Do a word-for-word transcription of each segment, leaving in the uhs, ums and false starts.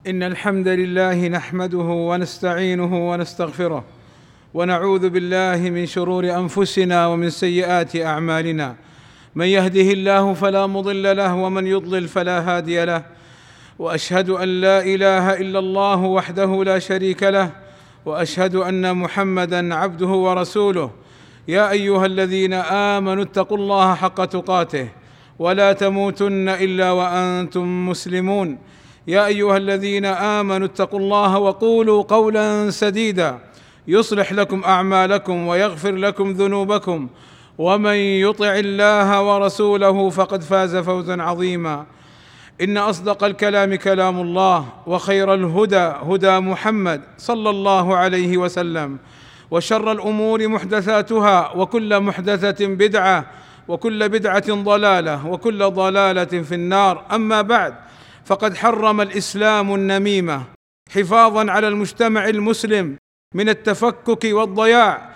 إن الحمد لله نحمده ونستعينه ونستغفره ونعوذ بالله من شرور أنفسنا ومن سيئات أعمالنا. من يهده الله فلا مضل له ومن يضلل فلا هادي له، وأشهد أن لا إله إلا الله وحده لا شريك له، وأشهد أن محمدًا عبده ورسوله. يا أيها الذين آمنوا اتقوا الله حق تقاته ولا تموتن إلا وأنتم مسلمون. يا أيها الذين آمنوا اتقوا الله وقولوا قولا سديدا يصلح لكم أعمالكم ويغفر لكم ذنوبكم، ومن يطع الله ورسوله فقد فاز فوزا عظيما. إن أصدق الكلام كلام الله، وخير الهدى هدى محمد صلى الله عليه وسلم، وشر الأمور محدثاتها، وكل محدثة بدعة، وكل بدعة ضلالة، وكل ضلالة في النار. أما بعد، فقد حرم الإسلام النميمة حفاظا على المجتمع المسلم من التفكك والضياع،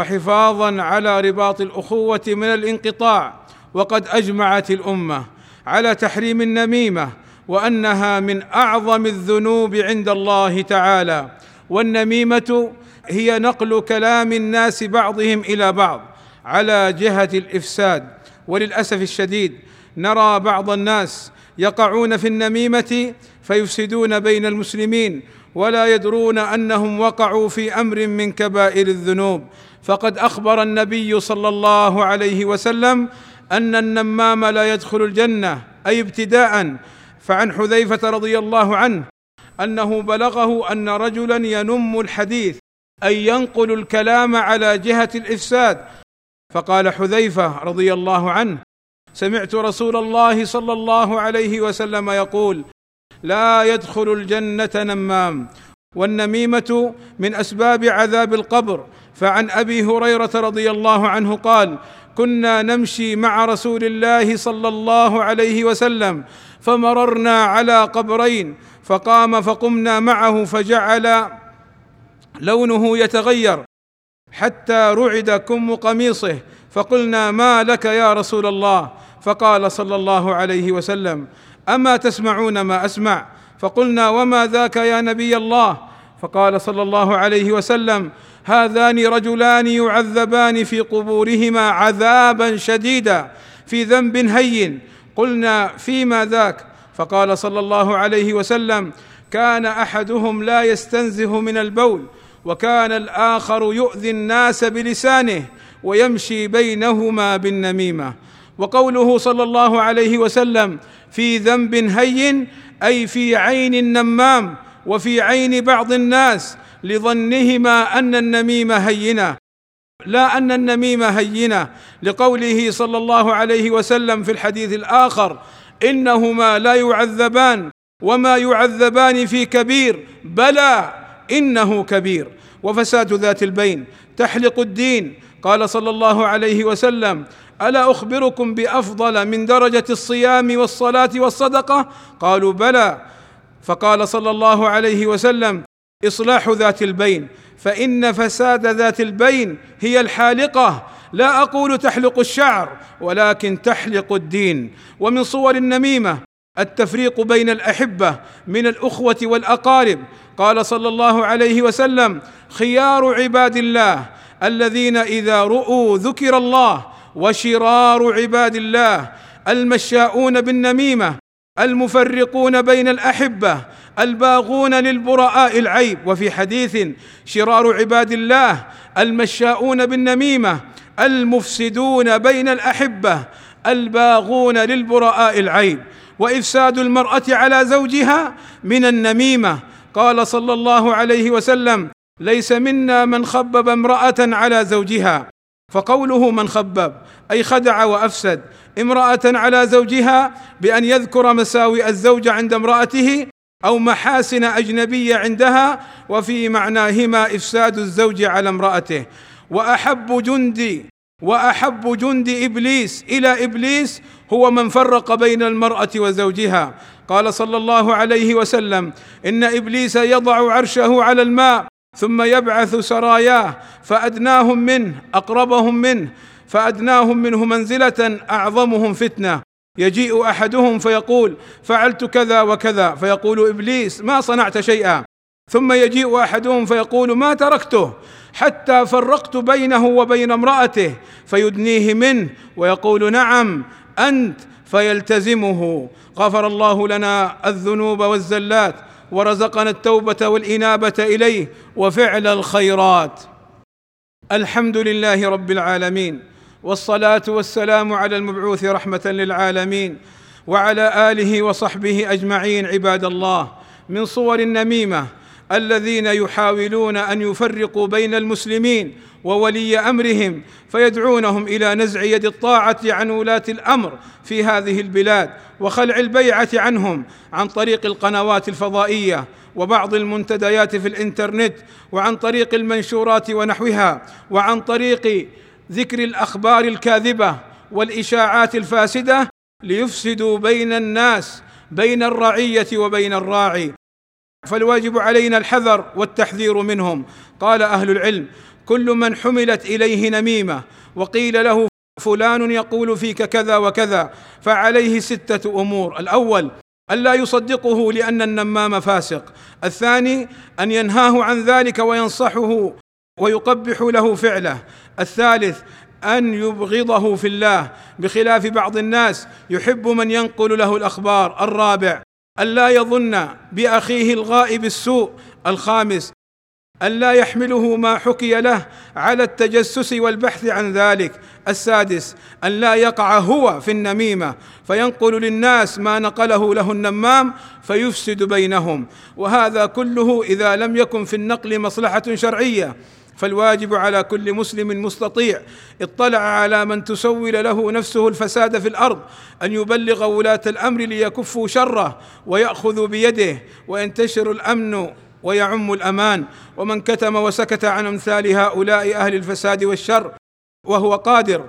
وحفاظا على رباط الأخوة من الانقطاع. وقد أجمعت الأمة على تحريم النميمة، وأنها من أعظم الذنوب عند الله تعالى. والنميمة هي نقل كلام الناس بعضهم إلى بعض على جهة الإفساد. وللأسف الشديد نرى بعض الناس يقعون في النميمة فيفسدون بين المسلمين، ولا يدرون أنهم وقعوا في أمر من كبائر الذنوب. فقد أخبر النبي صلى الله عليه وسلم أن النمام لا يدخل الجنة، أي ابتداءً. فعن حذيفة رضي الله عنه أنه بلغه أن رجلاً ينم الحديث، أي ينقل الكلام على جهة الإفساد. فقال حذيفة رضي الله عنه: سمعت رسول الله صلى الله عليه وسلم يقول: لا يدخل الجنة نمام. والنميمة من أسباب عذاب القبر. فعن أبي هريرة رضي الله عنه قال: كنا نمشي مع رسول الله صلى الله عليه وسلم فمررنا على قبرين، فقام فقمنا معه، فجعل لونه يتغير حتى رعد كم قميصه، فقلنا: ما لك يا رسول الله؟ فقال صلى الله عليه وسلم: أما تسمعون ما أسمع؟ فقلنا: وما ذاك يا نبي الله؟ فقال صلى الله عليه وسلم: هذان رجلان يعذبان في قبورهما عذابا شديدا في ذنب هين. قلنا: فيما ذاك؟ فقال صلى الله عليه وسلم: كان أحدهم لا يستنزه من البول، وكان الآخر يؤذي الناس بلسانه ويمشي بينهما بالنميمة. وقوله صلى الله عليه وسلم في ذنب هين، أي في عين النمام وفي عين بعض الناس، لظنهما أن النميمة هينة، لا أن النميمة هينة، لقوله صلى الله عليه وسلم في الحديث الآخر: إنهما لا يعذبان وما يعذبان في كبير، بلى إنه كبير. وفساد ذات البين تحلق الدين. قال صلى الله عليه وسلم: ألا أخبركم بأفضل من درجة الصيام والصلاة والصدقة؟ قالوا: بلى. فقال صلى الله عليه وسلم: إصلاح ذات البين، فإن فساد ذات البين هي الحالقة. لا أقول تحلق الشعر، ولكن تحلق الدين. ومن صور النميمة التفريق بين الأحبة من الأخوة والأقارب. قال صلى الله عليه وسلم: خيار عباد الله الذين إذا رؤوا ذكر الله، وشرار عباد الله المشاؤون بالنميمة، المفرقون بين الأحبة، الباغون للبراء العيب. وفي حديث: شرار عباد الله المشاؤون بالنميمة، المفسدون بين الأحبة، الباغون للبراء العيب. وإفساد المرأة على زوجها من النميمة. قال صلى الله عليه وسلم: ليس منا من خبب امرأة على زوجها. فقوله من خبب، أي خدع وأفسد امرأة على زوجها بأن يذكر مساوئ الزوج عند امرأته أو محاسن أجنبية عندها، وفي معناهما إفساد الزوج على امرأته. وأحب جندي وأحب جند إبليس إلى إبليس هو من فرق بين المرأة وزوجها. قال صلى الله عليه وسلم: إن إبليس يضع عرشه على الماء ثم يبعث سراياه، فأدناهم منه أقربهم منه، فأدناهم منه منزلة أعظمهم فتنة. يجيء أحدهم فيقول: فعلت كذا وكذا، فيقول إبليس: ما صنعت شيئا. ثم يجيء أحدهم فيقول: ما تركته حتى فرقت بينه وبين امرأته، فيدنيه منه ويقول: نعم أنت، فيلتزمه. غفر الله لنا الذنوب والزلات، ورزقنا التوبة والإنابة إليه وفعل الخيرات. الحمد لله رب العالمين، والصلاة والسلام على المبعوث رحمة للعالمين وعلى آله وصحبه أجمعين. عباد الله، من صور النميمة الذين يحاولون أن يفرقوا بين المسلمين وولي أمرهم، فيدعونهم إلى نزع يد الطاعة عن ولاة الأمر في هذه البلاد، وخلع البيعة عنهم عن طريق القنوات الفضائية وبعض المنتديات في الإنترنت، وعن طريق المنشورات ونحوها، وعن طريق ذكر الأخبار الكاذبة والإشاعات الفاسدة، ليفسدوا بين الناس، بين الرعية وبين الراعي. فالواجب علينا الحذر والتحذير منهم. قال أهل العلم: كل من حملت إليه نميمة وقيل له فلان يقول فيك كذا وكذا، فعليه ستة أمور: الأول أن لا يصدقه لأن النمام فاسق، الثاني أن ينهاه عن ذلك وينصحه ويقبح له فعله، الثالث أن يبغضه في الله بخلاف بعض الناس يحب من ينقل له الأخبار، الرابع أن لا يظن بأخيه الغائب السوء، الخامس أن لا يحمله ما حكي له على التجسس والبحث عن ذلك، السادس أن لا يقع هو في النميمة فينقل للناس ما نقله له النمام فيفسد بينهم. وهذا كله إذا لم يكن في النقل مصلحة شرعية. فالواجب على كل مسلم مستطيع اطلع على من تسول له نفسه الفساد في الأرض أن يبلغ ولاة الأمر ليكفوا شره ويأخذوا بيده وينتشر الأمن ويعم الأمان. ومن كتم وسكت عن أمثال هؤلاء أهل الفساد والشر وهو قادر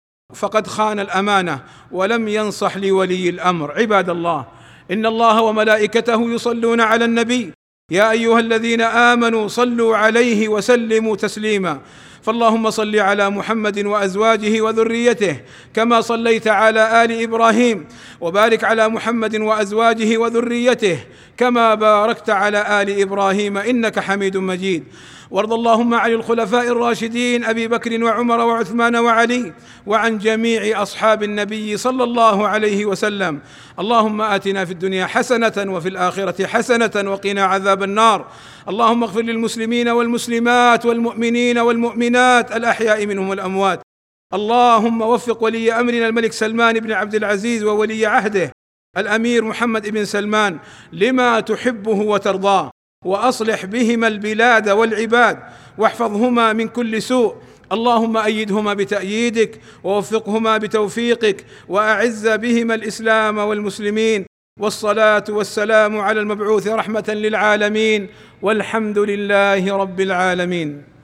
فقد خان الأمانة ولم ينصح لولي الأمر. عباد الله، إن الله وملائكته يصلون على النبي: يا أيها الذين آمنوا صلوا عليه وسلموا تسليما. فاللهم صل على محمد وأزواجه وذريته كما صليت على آل إبراهيم، وبارك على محمد وأزواجه وذريته كما باركت على آل إبراهيم إنك حميد مجيد. وارض اللهم عن الخلفاء الراشدين أبي بكر وعمر وعثمان وعلي، وعن جميع أصحاب النبي صلى الله عليه وسلم. اللهم آتنا في الدنيا حسنة وفي الآخرة حسنة وقنا عذاب النار. اللهم اغفر للمسلمين والمسلمات والمؤمنين والمؤمنات الأحياء منهم والأموات. اللهم وفق ولي أمرنا الملك سلمان بن عبد العزيز وولي عهده الأمير محمد بن سلمان لما تحبه وترضاه، وأصلح بهما البلاد والعباد، واحفظهما من كل سوء. اللهم أيدهما بتأييدك، ووفقهما بتوفيقك، وأعز بهما الإسلام والمسلمين. والصلاة والسلام على المبعوث رحمة للعالمين، والحمد لله رب العالمين.